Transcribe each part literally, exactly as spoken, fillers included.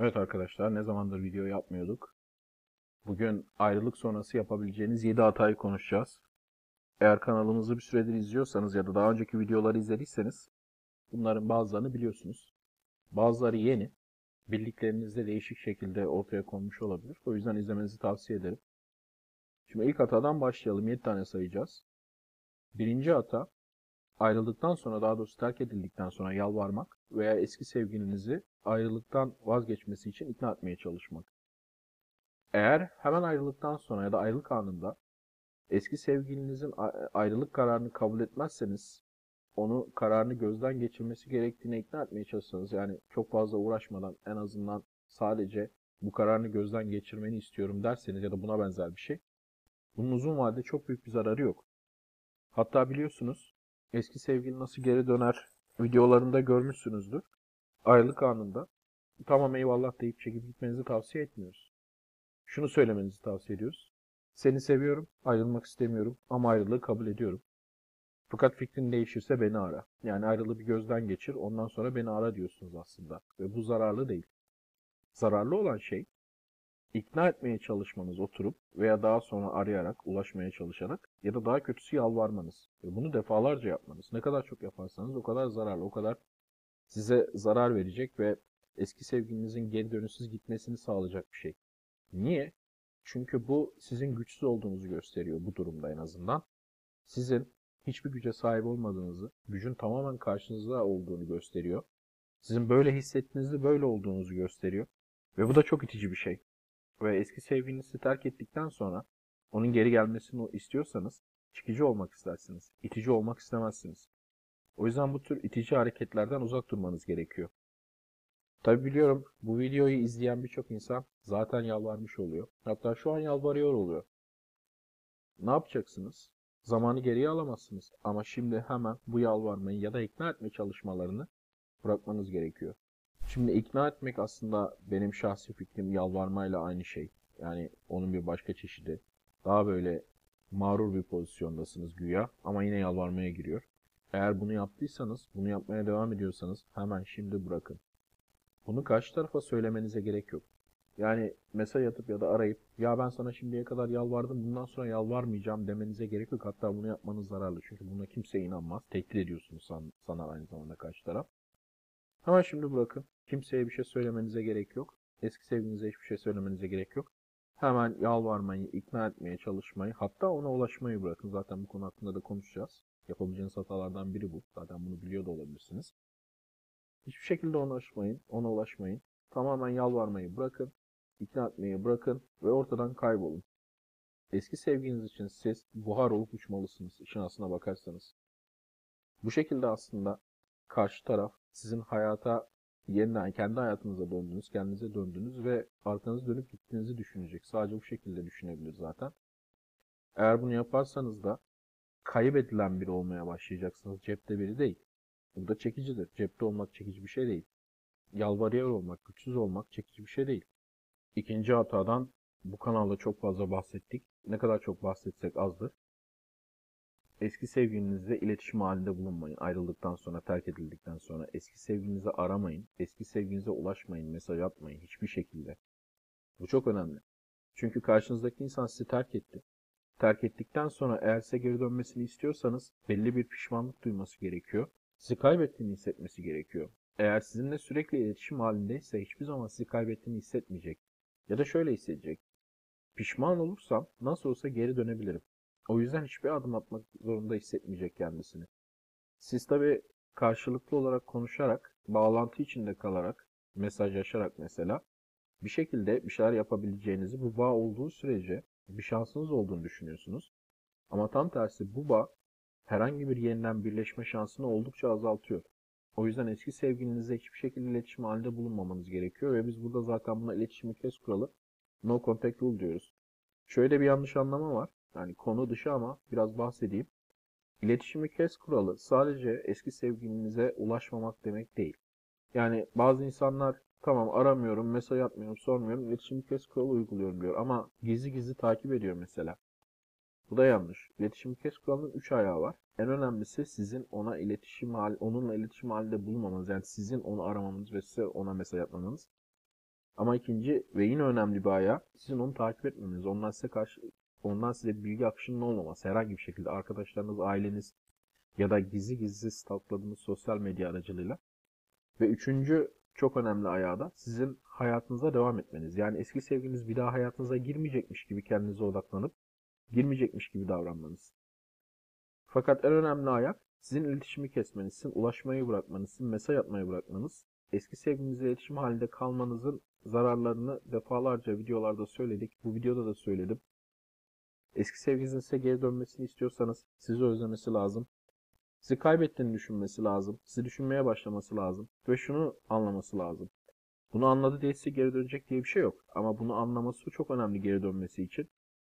Evet arkadaşlar, ne zamandır video yapmıyorduk. Bugün ayrılık sonrası yapabileceğiniz yedi hatayı konuşacağız. Eğer kanalımızı bir süredir izliyorsanız ya da daha önceki videoları izlediyseniz bunların bazılarını biliyorsunuz. Bazıları yeni, bildiklerinizde değişik şekilde ortaya konmuş olabilir. O yüzden izlemenizi tavsiye ederim. Şimdi ilk hatadan başlayalım. yedi tane sayacağız. Birinci hata, ayrıldıktan sonra, daha doğrusu terk edildikten sonra yalvarmak veya eski sevgilinizi ayrılıktan vazgeçmesi için ikna etmeye çalışmak. Eğer hemen ayrıldıktan sonra ya da ayrılık anında eski sevgilinizin ayrılık kararını kabul etmezseniz, onu kararını gözden geçirmesi gerektiğine ikna etmeye çalışsanız, yani çok fazla uğraşmadan en azından sadece bu kararını gözden geçirmeni istiyorum derseniz ya da buna benzer bir şey, bunun uzun vadede çok büyük bir zararı yok. Hatta biliyorsunuz, eski sevgili nasıl geri döner videolarında görmüşsünüzdür. Ayrılık anında tamam eyvallah deyip çekip gitmenizi tavsiye etmiyoruz. Şunu söylemenizi tavsiye ediyoruz. Seni seviyorum, ayrılmak istemiyorum ama ayrılığı kabul ediyorum. Fakat fikrin değişirse beni ara. Yani ayrılığı bir gözden geçir, ondan sonra beni ara diyorsunuz aslında. Ve bu zararlı değil. Zararlı olan şey, ikna etmeye çalışmanız oturup veya daha sonra arayarak, ulaşmaya çalışarak ya da daha kötüsü yalvarmanız. Ve bunu defalarca yapmanız. Ne kadar çok yaparsanız o kadar zararlı, o kadar size zarar verecek ve eski sevgilinizin geri dönüşsüz gitmesini sağlayacak bir şey. Niye? Çünkü bu sizin güçsüz olduğunuzu gösteriyor, bu durumda en azından. Sizin hiçbir güce sahip olmadığınızı, gücün tamamen karşınızda olduğunu gösteriyor. Sizin böyle hissettiğinizde böyle olduğunuzu gösteriyor. Ve bu da çok itici bir şey. Ve eski sevgilinizi terk ettikten sonra onun geri gelmesini istiyorsanız çekici olmak istersiniz. İtici olmak istemezsiniz. O yüzden bu tür itici hareketlerden uzak durmanız gerekiyor. Tabi biliyorum, bu videoyu izleyen birçok insan zaten yalvarmış oluyor. Hatta şu an yalvarıyor oluyor. Ne yapacaksınız? Zamanı geriye alamazsınız. Ama şimdi hemen bu yalvarmayı ya da ikna etme çalışmalarını bırakmanız gerekiyor. Şimdi ikna etmek aslında benim şahsi fikrim yalvarmayla aynı şey. Yani onun bir başka çeşidi. Daha böyle mağrur bir pozisyondasınız güya ama yine yalvarmaya giriyor. Eğer bunu yaptıysanız, bunu yapmaya devam ediyorsanız hemen şimdi bırakın. Bunu karşı tarafa söylemenize gerek yok. Yani mesaj atıp ya da arayıp ya ben sana şimdiye kadar yalvardım bundan sonra yalvarmayacağım demenize gerek yok. Hatta bunu yapmanız zararlı. Çünkü buna kimse inanmaz. Tehdit ediyorsunuz san, sana aynı zamanda karşı taraf. Hemen şimdi bırakın. Kimseye bir şey söylemenize gerek yok. Eski sevgilinize hiçbir şey söylemenize gerek yok. Hemen yalvarmayı, ikna etmeye çalışmayı, hatta ona ulaşmayı bırakın. Zaten bu konu hakkında da konuşacağız. Yapabileceğiniz hatalardan biri bu. Zaten bunu biliyor da olabilirsiniz. Hiçbir şekilde ona ulaşmayın, ona ulaşmayın. Tamamen yalvarmayı bırakın, ikna etmeyi bırakın ve ortadan kaybolun. Eski sevginiz için siz buhar olup uçmalısınız işin aslına bakarsanız. Bu şekilde aslında karşı taraf sizin hayata yeniden kendi hayatınıza döndünüz, kendinize döndünüz ve arkanızı dönüp gittiğinizi düşünecek. Sadece bu şekilde düşünebilir zaten. Eğer bunu yaparsanız da kaybedilen biri olmaya başlayacaksınız. Cepte biri değil. Bu da çekicidir. Cepte olmak çekici bir şey değil. Yalvarıyor olmak, güçsüz olmak çekici bir şey değil. İkinci hatadan bu kanalda çok fazla bahsettik. Ne kadar çok bahsetsek azdır. Eski sevgilinizle iletişim halinde bulunmayın. Ayrıldıktan sonra, terk edildikten sonra eski sevgilinizi aramayın. Eski sevgilinize ulaşmayın, mesaj atmayın hiçbir şekilde. Bu çok önemli. Çünkü karşınızdaki insan sizi terk etti. Terk ettikten sonra eğer size geri dönmesini istiyorsanız belli bir pişmanlık duyması gerekiyor. Sizi kaybettiğini hissetmesi gerekiyor. Eğer sizinle sürekli iletişim halindeyse hiçbir zaman sizi kaybettiğini hissetmeyecek. Ya da şöyle hissedecek. Pişman olursam nasıl olsa geri dönebilirim. O yüzden hiçbir adım atmak zorunda hissetmeyecek kendisini. Siz tabii karşılıklı olarak konuşarak, bağlantı içinde kalarak, mesajlaşarak mesela bir şekilde bir şeyler yapabileceğinizi, bu bağ olduğu sürece bir şansınız olduğunu düşünüyorsunuz. Ama tam tersi bu bağ herhangi bir yeniden birleşme şansını oldukça azaltıyor. O yüzden eski sevgilinizle hiçbir şekilde iletişim halinde bulunmamanız gerekiyor ve biz burada zaten buna iletişimi kes kuralı no contact rule diyoruz. Şöyle bir yanlış anlama var. Yani konu dışı ama biraz bahsedeyim. İletişimi kes kuralı sadece eski sevgilinize ulaşmamak demek değil. Yani bazı insanlar tamam aramıyorum, mesaj atmıyorum, sormuyorum, iletişimi kes kuralı uyguluyorum diyor. Ama gizli gizli takip ediyor mesela. Bu da yanlış. İletişim kes kuralının üç ayağı var. En önemlisi sizin ona iletişim hal, onunla iletişim halinde bulunmamanız. Yani sizin onu aramanız ve size ona mesaj atmanız. Ama ikinci ve yine önemli bir ayağı sizin onu takip etmeniz. Ondan size karşı ondan size bilgi akışının olmaması. Herhangi bir şekilde arkadaşlarınız, aileniz ya da gizli gizli stalkladığınız sosyal medya aracılığıyla. Ve üçüncü çok önemli ayağı da sizin hayatınıza devam etmeniz. Yani eski sevgiliniz bir daha hayatınıza girmeyecekmiş gibi kendinize odaklanıp girmeyecekmiş gibi davranmanız. Fakat en önemli ayak sizin iletişimi kesmeniz, sizin ulaşmayı bırakmanız, sizin mesaj atmayı bırakmanız. Eski sevgilinizle iletişim halinde kalmanızın zararlarını defalarca videolarda söyledik. Bu videoda da söyledim. Eski sevgilinizin size geri dönmesini istiyorsanız sizi özlemesi lazım. Sizi kaybettiğini düşünmesi lazım. Sizi düşünmeye başlaması lazım. Ve şunu anlaması lazım. Bunu anladı diye size geri dönecek diye bir şey yok. Ama bunu anlaması çok önemli geri dönmesi için.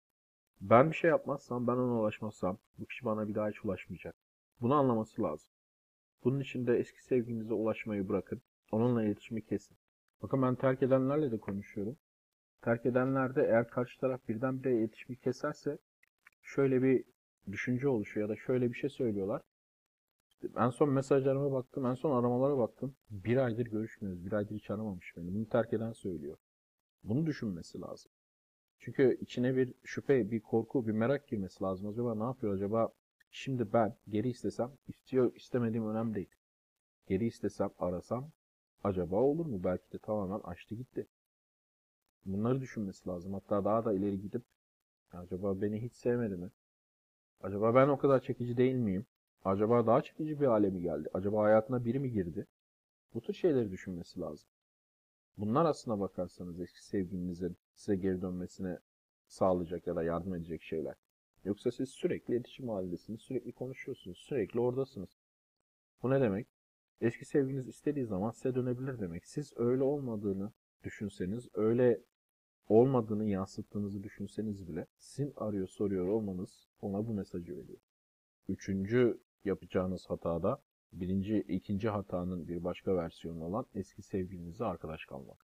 Ben bir şey yapmazsam, ben ona ulaşmazsam bu kişi bana bir daha hiç ulaşmayacak. Bunu anlaması lazım. Bunun için de eski sevgilinize ulaşmayı bırakın. Onunla iletişimi kesin. Bakın ben terk edenlerle de konuşuyorum. Terk edenlerde eğer karşı taraf birdenbire iletişimi keserse şöyle bir düşünce oluşuyor ya da şöyle bir şey söylüyorlar. En son mesajlarıma baktım, en son aramalara baktım. Bir aydır görüşmüyoruz, bir aydır hiç aramamış beni. Bunu terk eden söylüyor. Bunu düşünmesi lazım. Çünkü içine bir şüphe, bir korku, bir merak girmesi lazım. Acaba ne yapıyor? Acaba şimdi ben geri istesem, istiyor istemediğim önemli değil. Geri istesem, arasam acaba olur mu? Belki de tamamen açtı gitti. Bunları düşünmesi lazım. Hatta daha da ileri gidip acaba beni hiç sevmedi mi? Acaba ben o kadar çekici değil miyim? Acaba daha çekici bir hale mi geldi? Acaba hayatına biri mi girdi? Bu tür şeyleri düşünmesi lazım. Bunlar aslına bakarsanız eski sevgilinizin size geri dönmesine sağlayacak ya da yardım edecek şeyler. Yoksa siz sürekli iletişim halindesiniz, sürekli konuşuyorsunuz, sürekli oradasınız. Bu ne demek? Eski sevgiliniz istediği zaman size dönebilir demek. Siz öyle olmadığını düşünseniz, öyle olmadığını yansıttığınızı düşünseniz bile sizin arıyor soruyor olmanız ona bu mesajı veriyor. Üçüncü yapacağınız hatada birinci, ikinci hatanın bir başka versiyonu olan eski sevgilinizle arkadaş kalmak.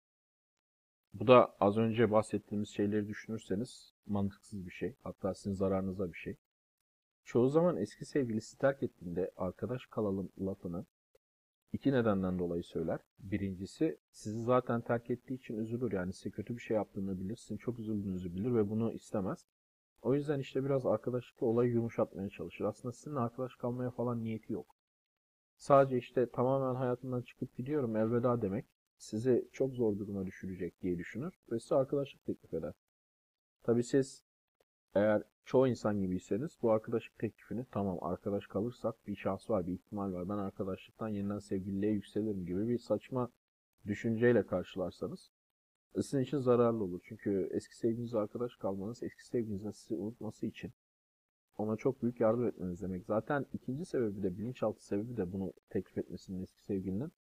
Bu da az önce bahsettiğimiz şeyleri düşünürseniz mantıksız bir şey. Hatta sizin zararınıza bir şey. Çoğu zaman eski sevgilisi terk ettiğinde arkadaş kalalım lafını iki nedenden dolayı söyler. Birincisi sizi zaten terk ettiği için üzülür. Yani size kötü bir şey yaptığını bilir, sizin çok üzüldüğünüzü bilir ve bunu istemez. O yüzden işte biraz arkadaşlıkla olayı yumuşatmaya çalışır. Aslında sizinle arkadaş kalmaya falan niyeti yok. Sadece işte tamamen hayatından çıkıp gidiyorum elveda demek sizi çok zor duruma düşürecek diye düşünür ve size arkadaşlık teklif eder. Tabii siz eğer çoğu insan gibiyseniz bu arkadaşlık teklifini tamam arkadaş kalırsak bir şans var, bir ihtimal var. Ben arkadaşlıktan yeniden sevgililiğe yükselirim gibi bir saçma düşünceyle karşılarsanız sizin için zararlı olur. Çünkü eski sevgilinizle arkadaş kalmanız eski sevgilinizin sizi unutması için ona çok büyük yardım etmeniz demek. Zaten ikinci sebebi de bilinçaltı sebebi de bunu teklif etmesinin eski sevgilinin.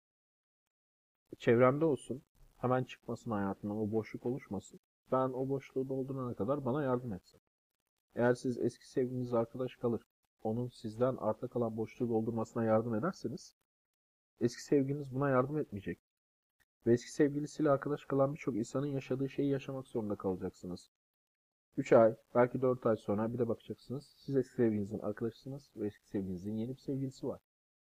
Çevremde olsun. Hemen çıkmasın hayatından. O boşluk oluşmasın. Ben o boşluğu doldurana kadar bana yardım etsin. Eğer siz eski sevgilinizle arkadaş kalır, onun sizden arta kalan boşluğu doldurmasına yardım ederseniz eski sevgiliniz buna yardım etmeyecek. Ve eski sevgilisiyle arkadaş kalan birçok insanın yaşadığı şeyi yaşamak zorunda kalacaksınız. üç ay, belki dört ay sonra bir de bakacaksınız. Siz eski sevgilinizin arkadaşısınız ve eski sevgilinizin yeni bir sevgilisi var.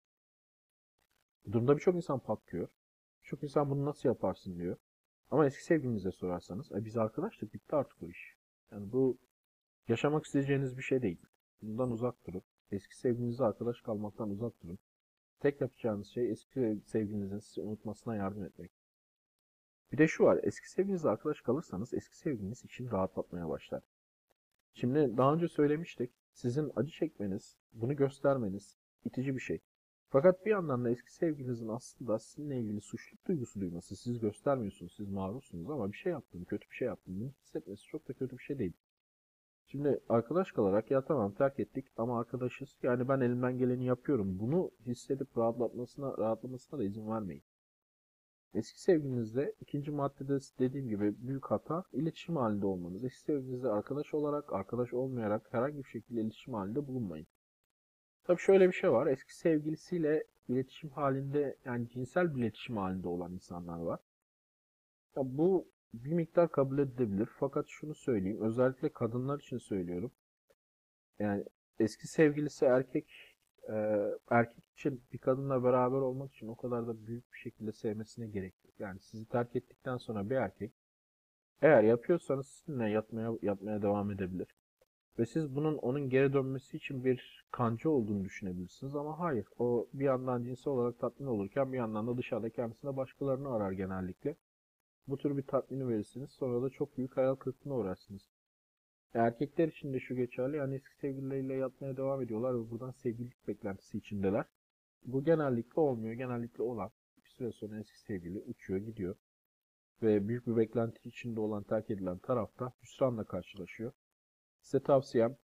Bu durumda birçok insan patlıyor. Birçok insan bunu nasıl yaparsın diyor. Ama eski sevgilinize sorarsanız, e biz arkadaştık, bitti artık o iş. Yani bu yaşamak isteyeceğiniz bir şey değil. Bundan uzak durun. Eski sevgilinizle arkadaş kalmaktan uzak durun. Tek yapacağınız şey eski sevgilinizin sizi unutmasına yardım etmek. Bir de şu var, eski sevgilinizle arkadaş kalırsanız eski sevgiliniz için rahatlatmaya başlar. Şimdi daha önce söylemiştik, sizin acı çekmeniz, bunu göstermeniz itici bir şey. Fakat bir yandan da eski sevgilinizin aslında sizinle ilgili suçluluk duygusu duyması, siz göstermiyorsunuz, siz maruzsunuz ama bir şey yaptım, kötü bir şey yaptım. Bunu hissetmesi çok da kötü bir şey değil. Şimdi arkadaş kalarak ya tamam terk ettik ama arkadaşız. Yani ben elimden geleni yapıyorum. Bunu hissedip rahatlatmasına, rahatlamasına da izin vermeyin. Eski sevgilinizle ikinci maddede dediğim gibi büyük hata iletişim halinde olmanız. Eski sevgilinizle arkadaş olarak, arkadaş olmayarak herhangi bir şekilde iletişim halinde bulunmayın. Tabii şöyle bir şey var. Eski sevgilisiyle iletişim halinde yani cinsel bir iletişim halinde olan insanlar var. Ya bu bir miktar kabul edilebilir. Fakat şunu söyleyeyim. Özellikle kadınlar için söylüyorum. Yani eski sevgilisi erkek Ee, erkek için bir kadınla beraber olmak için o kadar da büyük bir şekilde sevmesine gerek yok. Yani sizi terk ettikten sonra bir erkek eğer yapıyorsanız sizinle yatmaya yatmaya devam edebilir. Ve siz bunun onun geri dönmesi için bir kanca olduğunu düşünebilirsiniz ama hayır. O bir yandan cinsel olarak tatmin olurken bir yandan da dışarıda kendisine başkalarını arar genellikle. Bu tür bir tatmini verirsiniz. Sonra da çok büyük hayal kırıklığına uğrarsınız. Erkekler için de şu geçerli. Yani eski sevgilileriyle yatmaya devam ediyorlar ve buradan sevgililik beklentisi içindeler. Bu genellikle olmuyor. Genellikle olan bir süre sonra eski sevgili uçuyor gidiyor. Ve büyük bir beklenti içinde olan terk edilen tarafta hüsranla karşılaşıyor. Size tavsiyem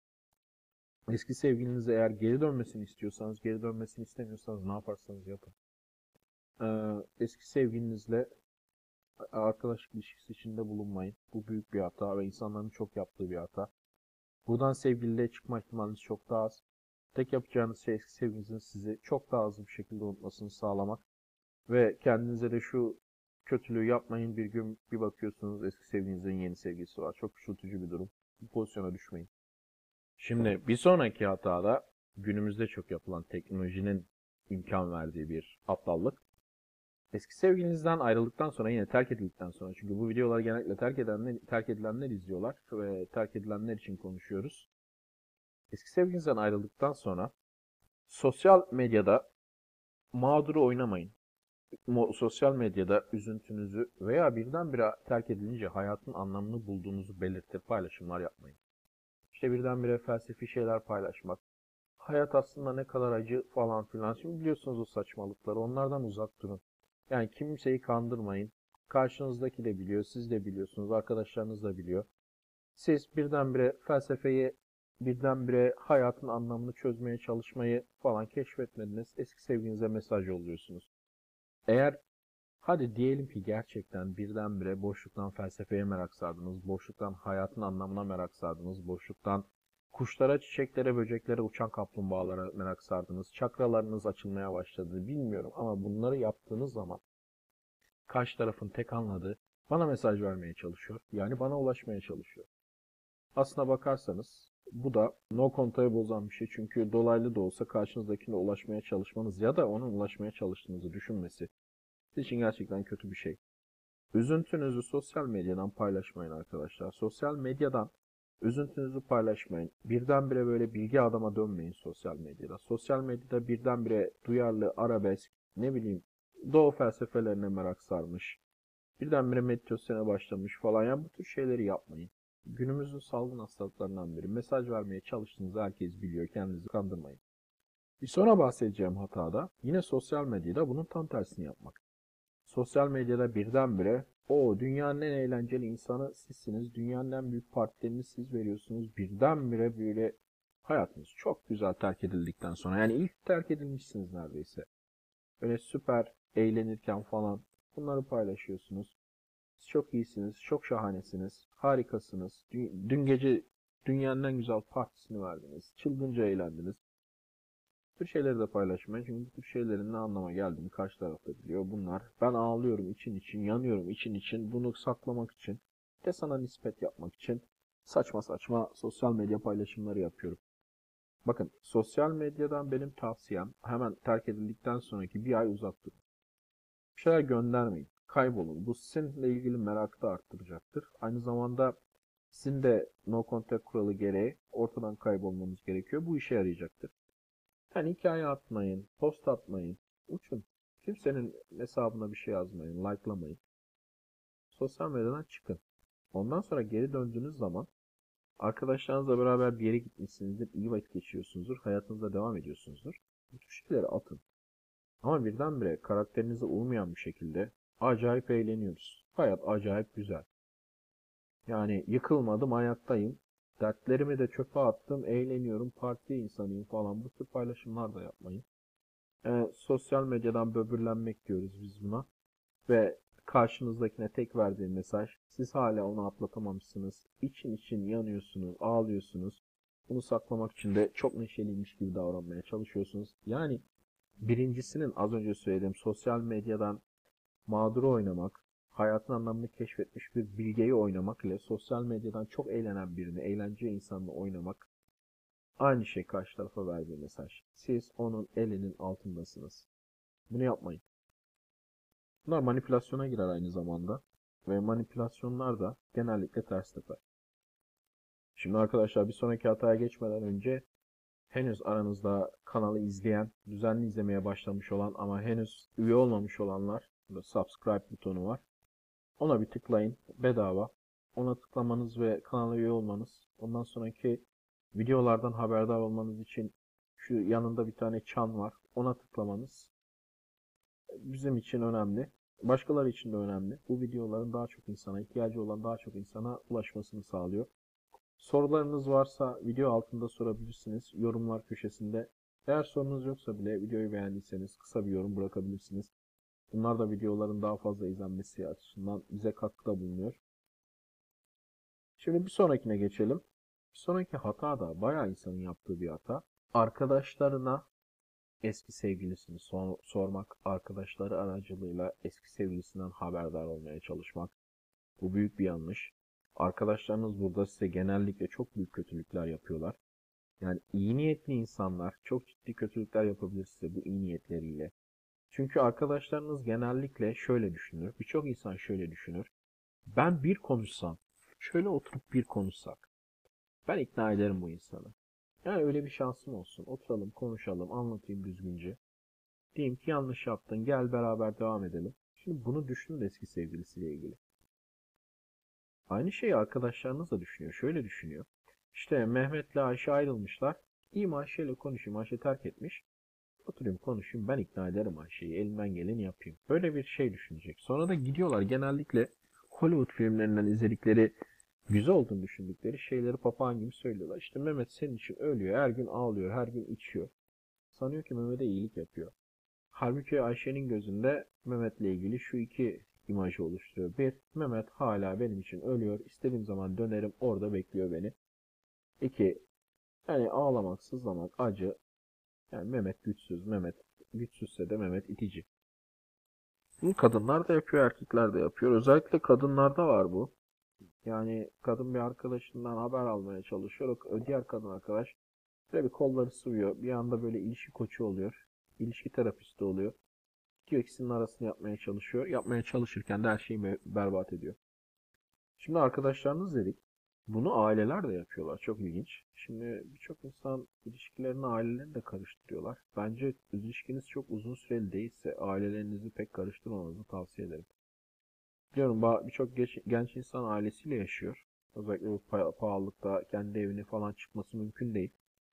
eski sevgilinize eğer geri dönmesini istiyorsanız, geri dönmesini istemiyorsanız ne yaparsanız yapın. Ee, eski sevgilinizle arkadaşlık ilişkisi içinde bulunmayın. Bu büyük bir hata ve insanların çok yaptığı bir hata. Buradan sevgililiğe çıkma ihtimaliniz çok daha az. Tek yapacağınız şey eski sevgilinizin sizi çok daha hızlı bir şekilde unutmasını sağlamak. Ve kendinize de şu kötülüğü yapmayın. Bir gün bir bakıyorsunuz eski sevgilinizin yeni sevgilisi var. Çok üşütücü bir durum. Bu pozisyona düşmeyin. Şimdi bir sonraki hatada günümüzde çok yapılan teknolojinin imkan verdiği bir aptallık. Eski sevgilinizden ayrıldıktan sonra yine terk edildikten sonra çünkü bu videoları genellikle terk edenler, terk edilenler izliyorlar ve terk edilenler için konuşuyoruz. Eski sevgilinizden ayrıldıktan sonra sosyal medyada mağduru oynamayın. Mo- sosyal medyada üzüntünüzü veya birdenbire terk edilince hayatın anlamını bulduğunuzu belirtir paylaşımlar yapmayın. İşte birdenbire felsefi şeyler paylaşmak. Hayat aslında ne kadar acı falan filan. Şimdi biliyorsunuz o saçmalıkları. Onlardan uzak durun. Yani kimseyi kandırmayın. Karşınızdaki de biliyor, siz de biliyorsunuz, arkadaşlarınız da biliyor. Siz birdenbire felsefeyi, birdenbire hayatın anlamını çözmeye çalışmayı falan keşfetmediniz. Eski sevginize mesaj yolluyorsunuz. Eğer hadi diyelim ki gerçekten birdenbire boşluktan felsefeye merak sardınız, boşluktan hayatın anlamına merak sardınız, boşluktan kuşlara, çiçeklere, böceklere, uçan kaplumbağalara merak sardınız, çakralarınız açılmaya başladı bilmiyorum ama bunları yaptığınız zaman karşı tarafın tek anladığı bana mesaj vermeye çalışıyor. Yani bana ulaşmaya çalışıyor. Aslına bakarsanız bu da no conta'yı bozan bir şey. Çünkü dolaylı da olsa karşınızdakine ulaşmaya çalışmanız ya da onun ulaşmaya çalıştığınızı düşünmesi sizin için gerçekten kötü bir şey. Üzüntünüzü sosyal medyadan paylaşmayın arkadaşlar. Sosyal medyadan üzüntünüzü paylaşmayın. Birdenbire böyle bilgi adama dönmeyin sosyal medyada. Sosyal medyada birdenbire duyarlı, arabesk, ne bileyim doğu felsefelerine merak sarmış. Birdenbire meditasyona başlamış falan. Yani bu tür şeyleri yapmayın. Günümüzün salgın hastalıklarından biri. Mesaj vermeye çalıştığınızı herkes biliyor. Kendinizi kandırmayın. Bir sonra bahsedeceğim hatada yine sosyal medyada bunun tam tersini yapmak. Sosyal medyada birdenbire o dünyanın en eğlenceli insanı sizsiniz. Dünyanın en büyük partilerini siz veriyorsunuz. Birdenbire böyle hayatınız çok güzel terk edildikten sonra. Yani ilk terk edilmişsiniz neredeyse. Böyle süper eğlenirken falan bunları paylaşıyorsunuz. Siz çok iyisiniz, çok şahanesiniz, harikasınız. Dün, dün gece dünyanın en güzel partisini verdiniz. Çılgınca eğlendiniz. Bu tür şeyleri de paylaşmayın. Çünkü bu tür şeylerin ne anlama geldiğini karşı tarafta biliyor. Bunlar ben ağlıyorum için için, yanıyorum için için, bunu saklamak için de sana nispet yapmak için saçma saçma sosyal medya paylaşımları yapıyorum. Bakın sosyal medyadan benim tavsiyem hemen terk edildikten sonraki bir ay uzak durun. Bir şeyler göndermeyin. Kaybolun. Bu sizinle ilgili merakı da arttıracaktır. Aynı zamanda sizin de no contact kuralı gereği ortadan kaybolmanız gerekiyor. Bu işe yarayacaktır. Yani hikaye atmayın, post atmayın, uçun. Kimsenin hesabına bir şey yazmayın, likelamayın. Sosyal medyadan çıkın. Ondan sonra geri döndüğünüz zaman arkadaşlarınızla beraber bir yere gitmişsinizdir, iyi vakit geçiriyorsunuzdur, hayatınıza devam ediyorsunuzdur. Bu tür şeyleri atın. Ama birdenbire karakterinize uymayan bir şekilde acayip eğleniyoruz. Hayat acayip güzel. Yani yıkılmadım, ayaktayım. Dertlerimi de çöpe attım, eğleniyorum, parti insanıyım falan. Bu tür paylaşımlar da yapmayın. E, sosyal medyadan böbürlenmek diyoruz biz buna. Ve karşınızdakine tek verdiği mesaj, siz hala onu atlatamamışsınız. İçin için yanıyorsunuz, ağlıyorsunuz. Bunu saklamak için de çok neşeliymiş gibi davranmaya çalışıyorsunuz. Yani birincisinin az önce söylediğim sosyal medyadan mağduru oynamak, hayatın anlamını keşfetmiş bir bilgeyi oynamak ile sosyal medyadan çok eğlenen birini, eğlence insanını oynamak Aynı şey karşı tarafa verdiği mesaj. Siz onun elinin altındasınız. Bunu yapmayın. Bunlar manipülasyona girer aynı zamanda. Ve manipülasyonlar da genellikle ters teper. Şimdi arkadaşlar bir sonraki hataya geçmeden önce henüz aranızda kanalı izleyen, düzenli izlemeye başlamış olan ama henüz üye olmamış olanlar, burada subscribe butonu var. Ona bir tıklayın. Bedava. Ona tıklamanız ve kanala üye olmanız, ondan sonraki videolardan haberdar olmanız için şu yanında bir tane çan var. Ona tıklamanız bizim için önemli. Başkaları için de önemli. Bu videoların daha çok insana, ihtiyacı olan daha çok insana ulaşmasını sağlıyor. Sorularınız varsa video altında sorabilirsiniz. Yorumlar köşesinde. Eğer sorunuz yoksa bile videoyu beğendiyseniz kısa bir yorum bırakabilirsiniz. Bunlar da videoların daha fazla izlenmesi açısından bize katkıda bulunuyor. Şimdi bir sonrakine geçelim. Bir sonraki hata da bayağı insanın yaptığı bir hata. Arkadaşlarına eski sevgilisini sor sormak, arkadaşları aracılığıyla eski sevgilisinden haberdar olmaya çalışmak. Bu büyük bir yanlış. Arkadaşlarınız burada size genellikle çok büyük kötülükler yapıyorlar. Yani iyi niyetli insanlar çok ciddi kötülükler yapabilir size bu iyi niyetleriyle. Çünkü arkadaşlarınız genellikle şöyle düşünür. Birçok insan şöyle düşünür. Ben bir konuşsam, şöyle oturup bir konuşsak, ben ikna ederim bu insanı. Yani öyle bir şansım olsun. Oturalım, konuşalım, anlatayım düzgünce. Diyeyim ki yanlış yaptın, gel beraber devam edelim. Şimdi bunu düşünün eski sevgilisiyle ilgili. Aynı şeyi arkadaşlarınız da düşünüyor. Şöyle düşünüyor. İşte Mehmet'le Ayşe ayrılmışlar. İyiyim Ayşe'yle konuşayım. Ayşe terk etmiş. Oturayım konuşayım. Ben ikna ederim Ayşe'yi. Elimden geleni yapayım. Böyle bir şey düşünecek. Sonra da gidiyorlar genellikle Hollywood filmlerinden izledikleri güzel olduğunu düşündükleri şeyleri papağan gibi söylüyorlar. İşte Mehmet senin için ölüyor. Her gün ağlıyor. Her gün içiyor. Sanıyor ki Mehmet'e iyilik yapıyor. Halbuki Ayşe'nin gözünde Mehmet'le ilgili şu iki imajı oluşturuyor. Bir, Mehmet hala benim için ölüyor. İstediğim zaman dönerim orada bekliyor beni. İki, yani ağlamak, sızlamak, acı. Yani Mehmet güçsüz. Mehmet güçsüzse de Mehmet itici. Bunu kadınlar da yapıyor, erkekler de yapıyor. Özellikle kadınlarda var bu. Yani kadın bir arkadaşından haber almaya çalışıyor. O diğer kadın arkadaş böyle bir kolları sıvıyor. Bir anda böyle ilişki koçu oluyor. İlişki terapisti oluyor. İki ikisinin arasını yapmaya çalışıyor. Yapmaya çalışırken de her şeyi berbat ediyor. Şimdi arkadaşlarınız dedik. Bunu aileler de yapıyorlar. Çok ilginç. Şimdi birçok insan ilişkilerini ailelerini de karıştırıyorlar. Bence ilişkiniz çok uzun süreli değilse ailelerinizi pek karıştırmamanızı tavsiye ederim. Biliyorum birçok genç insan ailesiyle yaşıyor. Özellikle bu pahalılıkta kendi evine falan çıkması mümkün değil.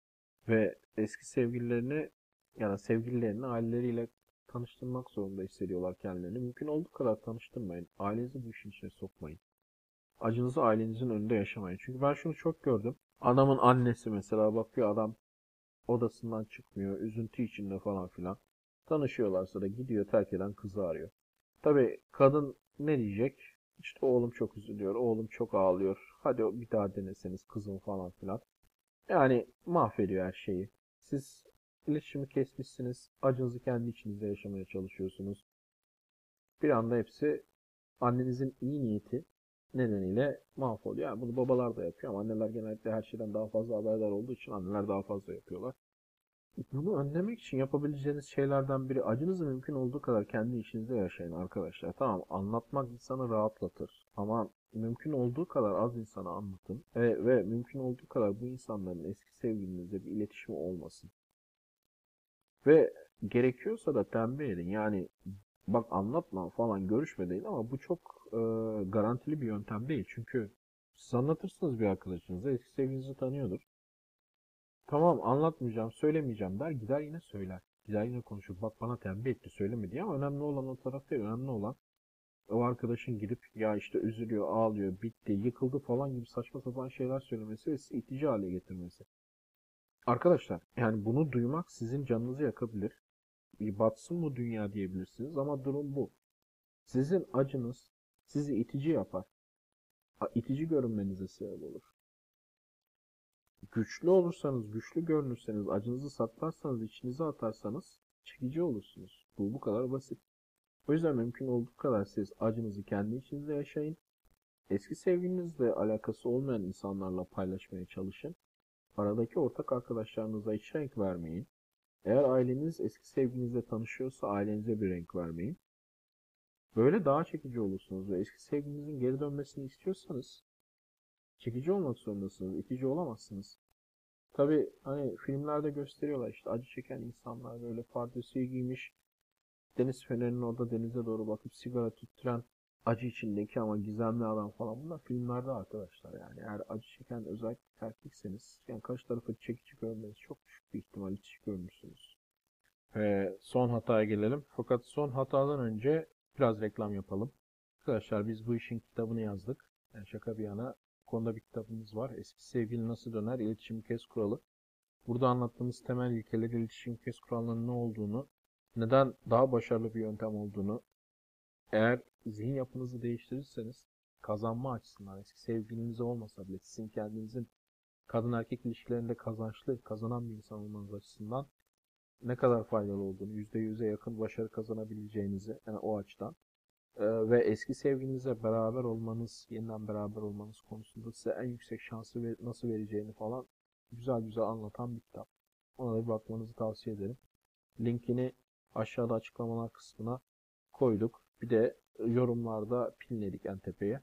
Ve eski sevgililerini yani sevgililerini aileleriyle tanıştırmak zorunda hissediyorlar kendilerini. Mümkün olduğu kadar tanıştırmayın. Ailenizi bu işin içine sokmayın. Acınızı ailenizin önünde yaşamayın. Çünkü ben şunu çok gördüm. Adamın annesi mesela bakıyor adam odasından çıkmıyor. Üzüntü içinde falan filan. Tanışıyorlarsa da gidiyor terk eden kızı arıyor. Tabii kadın ne diyecek? İşte oğlum çok üzülüyor. Oğlum çok ağlıyor. Hadi bir daha deneseniz kızım falan filan. Yani mahvediyor her şeyi. Siz iletişimi kesmişsiniz. Acınızı kendi içinizde yaşamaya çalışıyorsunuz. Bir anda hepsi annenizin iyi niyeti nedeniyle mahvoluyor. Yani bunu babalar da yapıyor ama anneler genellikle her şeyden daha fazla haberdar olduğu için anneler daha fazla yapıyorlar. Bunu önlemek için yapabileceğiniz şeylerden biri acınızı mümkün olduğu kadar kendi içinizde yaşayın arkadaşlar. Tamam anlatmak insanı rahatlatır ama mümkün olduğu kadar az insana anlatın ve, ve mümkün olduğu kadar bu insanların eski sevgilinizle bir iletişimi olmasın. Ve gerekiyorsa da tembih edin. Yani bak anlatma falan görüşme değil ama bu çok e, garantili bir yöntem değil. Çünkü siz anlatırsınız bir arkadaşınıza eski sevgilinizi tanıyordur. Tamam anlatmayacağım, söylemeyeceğim der. Gider yine söyler. Gider yine konuşur. Bak bana tembih etti söyleme diye ama önemli olan o taraf değil. Önemli olan o arkadaşın gidip ya işte üzülüyor, ağlıyor, bitti, yıkıldı falan gibi saçma sapan şeyler söylemesi ve sizi itici hale getirmesi. Arkadaşlar yani bunu duymak sizin canınızı yakabilir. Bir batsın bu dünya diyebilirsiniz ama durum bu. Sizin acınız sizi itici yapar. İtici görünmenize sebep olur. Güçlü olursanız, güçlü görünürseniz, acınızı saklarsanız, içinize atarsanız çekici olursunuz. Bu bu kadar basit. O yüzden mümkün olduğu kadar siz acınızı kendi içinizde yaşayın. Eski sevgilinizle alakası olmayan insanlarla paylaşmaya çalışın. Aradaki ortak arkadaşlarınıza hiç renk vermeyin. Eğer aileniz eski sevgilinizle tanışıyorsa ailenize bir renk vermeyin. Böyle daha çekici olursunuz ve eski sevgilinizin geri dönmesini istiyorsanız çekici olmak zorundasınız. İtici olamazsınız. Tabii hani filmlerde gösteriyorlar işte acı çeken insanlar böyle pardösüyü giymiş, deniz fenerinin orada denize doğru bakıp sigara tüttüren acı içindeki ama gizemli adam falan, bunlar filmlerde arkadaşlar. Yani eğer acı çeken özellikle erkekseniz yani karşı tarafı çekici görmeniz çok düşük bir ihtimal, hiç görmüşsünüz. Ve son hataya gelelim. Fakat son hatadan önce biraz reklam yapalım. Arkadaşlar biz bu işin kitabını yazdık. Yani şaka bir yana, bu konuda bir kitabımız var. Eski sevgili nasıl döner? İletişim kes kuralı. Burada anlattığımız temel ilkeler, iletişim kes kurallarının ne olduğunu, neden daha başarılı bir yöntem olduğunu, eğer zihin yapınızı değiştirirseniz kazanma açısından eski sevgiliniz olmasa bile sizin kendinizin kadın erkek ilişkilerinde kazançlı, kazanan bir insan olmanız açısından ne kadar faydalı olduğunu, yüzde yüze yakın başarı kazanabileceğinizi, yani o açıdan Ee, ve eski sevgilinizle beraber olmanız, yeniden beraber olmanız konusunda size en yüksek şansı ve nasıl vereceğini falan güzel güzel anlatan bir kitap. Ona da bir bakmanızı tavsiye ederim. Linkini aşağıda açıklamalar kısmına koyduk. Bir de yorumlarda pinledik en tepeye.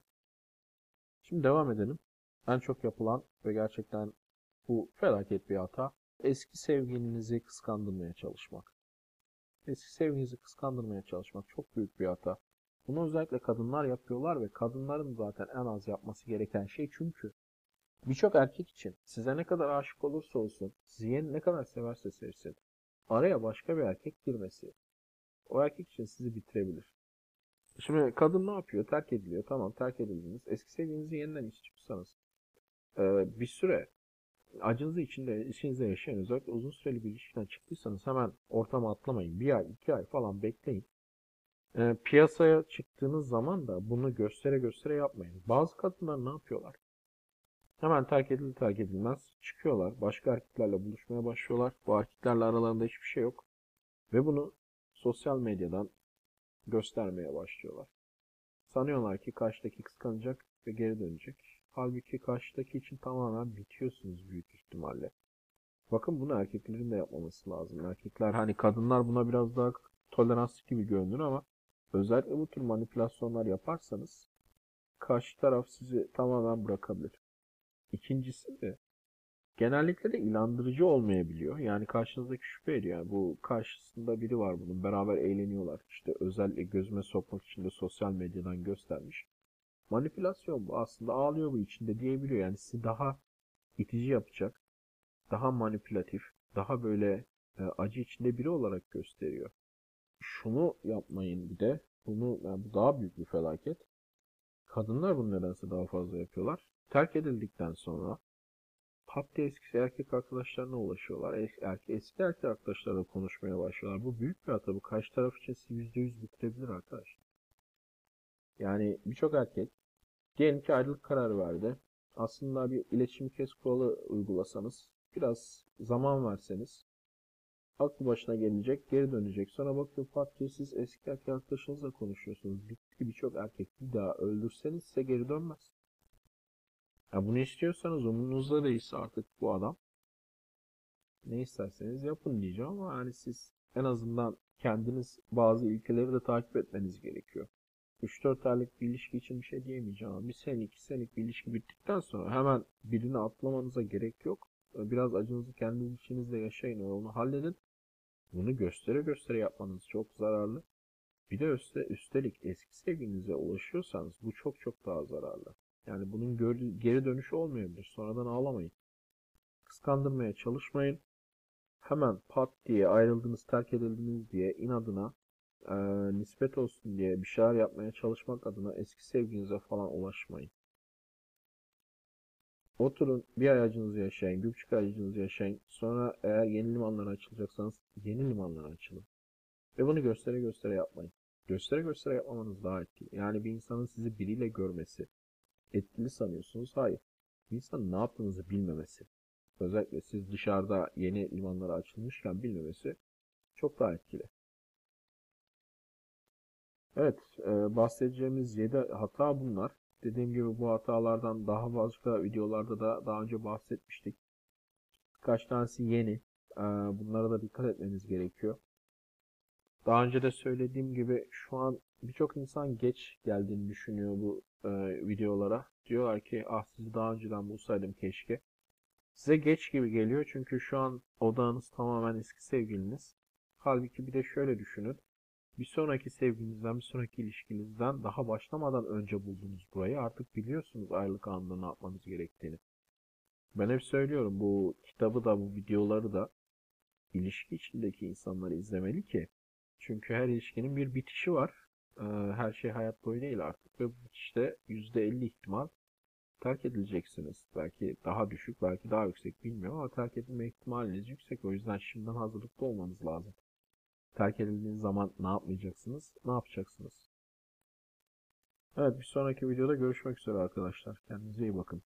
Şimdi devam edelim. En çok yapılan ve gerçekten bu felaket bir hata, eski sevgilinizi kıskandırmaya çalışmak. Eski sevgilinizi kıskandırmaya çalışmak çok büyük bir hata. Bunu özellikle kadınlar yapıyorlar ve kadınların zaten en az yapması gereken şey, çünkü birçok erkek için size ne kadar aşık olursa olsun, sizi ne kadar severse sevsin, araya başka bir erkek girmesi o erkek için sizi bitirebilir. Şimdi kadın ne yapıyor? Terk ediliyor. Tamam, terk edildiniz. Eski sevgilinizi yeniden iş çıksanız ee, bir süre acınızı içinde, içinizde yaşayın. Özellikle uzun süreli bir ilişkiden çıktıysanız hemen ortama atlamayın. Bir ay, iki ay falan bekleyin. E, piyasaya çıktığınız zaman da bunu göstere göstere yapmayın. Bazı kadınlar ne yapıyorlar? Hemen terk edildi terk edilmez çıkıyorlar. Başka erkeklerle buluşmaya başlıyorlar. Bu erkeklerle aralarında hiçbir şey yok. Ve bunu sosyal medyadan göstermeye başlıyorlar. Sanıyorlar ki karşıdaki kıskanacak ve geri dönecek. Halbuki karşıdaki için tamamen bitiyorsunuz büyük ihtimalle. Bakın, bunu erkeklerin de yapmaması lazım. Erkekler, hani kadınlar buna biraz daha toleranslı gibi görünür ama özellikle bu tür manipülasyonlar yaparsanız karşı taraf sizi tamamen bırakabilir. İkincisi de genellikle de inandırıcı olmayabiliyor. Yani karşınızdaki şüphe ediyor. Yani bu karşısında biri var bunun. Beraber eğleniyorlar. İşte özellikle gözüme sokmak için de sosyal medyadan göstermiş. Manipülasyon bu. Aslında ağlıyor bu içinde diyebiliyor. Yani sizi daha itici yapacak, daha manipülatif, daha böyle e, acı içinde biri olarak gösteriyor. Şunu yapmayın bir de. Bunu, yani bu daha büyük bir felaket. Kadınlar bunu nedense daha fazla yapıyorlar. Terk edildikten sonra pat diye eski erkek arkadaşlarına ulaşıyorlar. Eski, erke, eski erkek arkadaşlarla konuşmaya başlıyorlar. Bu büyük bir hata. Bu karşı taraf için sizi yüzde yüz bitirebilir arkadaşlar. Yani birçok erkek diyelim ki ayrılık kararı verdi. Aslında bir iletişim kes kuralı uygulasanız, biraz zaman verseniz aklı başına gelecek, geri dönecek. Sonra bakıyor pat diye siz eski erkek arkadaşınızla konuşuyorsunuz. Bitti, birçok erkek bir daha öldürseniz size geri dönmez. Ya bunu istiyorsanız, umurunuzda değilse artık bu adam, ne isterseniz yapın diyeceğim ama yani siz en azından kendiniz bazı ilkeleri de takip etmeniz gerekiyor. üç dört aylık bir ilişki için bir şey diyemeyeceğim ama bir sene iki senelik bir ilişki bittikten sonra hemen birini atlamanıza gerek yok. Biraz acınızı kendi içinizde yaşayın ve onu halledin. Bunu göstere göstere yapmanız çok zararlı. Bir de üste, üstelik eski sevgilinize ulaşıyorsanız bu çok çok daha zararlı. Yani bunun geri dönüşü olmayabilir. Sonradan ağlamayın. Kıskandırmaya çalışmayın. Hemen pat diye ayrıldınız, terk edildiniz diye inadına e, nispet olsun diye bir şeyler yapmaya çalışmak adına eski sevgilinize falan ulaşmayın. Oturun, bir ay acınızı yaşayın, bir buçuk ay acınızı yaşayın. Sonra eğer yeni limanlara açılacaksanız yeni limanlara açılın. Ve bunu göstere göstere yapmayın. Göstere göstere yapmamanız daha etkili. Yani bir insanın sizi biriyle görmesi etkili sanıyorsunuz. Hayır. Bir insanın ne yaptığınızı bilmemesi, özellikle siz dışarıda yeni limanlara açılmışken bilmemesi çok daha etkili. Evet, e, bahsedeceğimiz yedi hata bunlar. Dediğim gibi bu hatalardan daha başka videolarda da daha önce bahsetmiştik. Birkaç tanesi yeni. Ee, bunlara da dikkat etmeniz gerekiyor. Daha önce de söylediğim gibi şu an birçok insan geç geldiğini düşünüyor bu e, videolara. Diyorlar ki ah sizi daha önceden bulsaydım keşke. Size geç gibi geliyor çünkü şu an odağınız tamamen eski sevgiliniz. Halbuki bir de şöyle düşünün. Bir sonraki sevgilinizden, bir sonraki ilişkinizden daha başlamadan önce buldunuz burayı. Artık biliyorsunuz ayrılık anında ne yapmanız gerektiğini. Ben hep söylüyorum bu kitabı da bu videoları da ilişki içindeki insanlar izlemeli ki. Çünkü her ilişkinin bir bitişi var. Ee, Her şey hayat boyu değil artık ve bu bitişte yüzde elli ihtimal terk edileceksiniz. Belki daha düşük, belki daha yüksek bilmiyorum ama terk edilme ihtimaliniz yüksek. O yüzden şimdiden hazırlıklı olmanız lazım. Terk edildiğiniz zaman ne yapmayacaksınız, ne yapacaksınız? Evet, bir sonraki videoda görüşmek üzere arkadaşlar. Kendinize iyi bakın.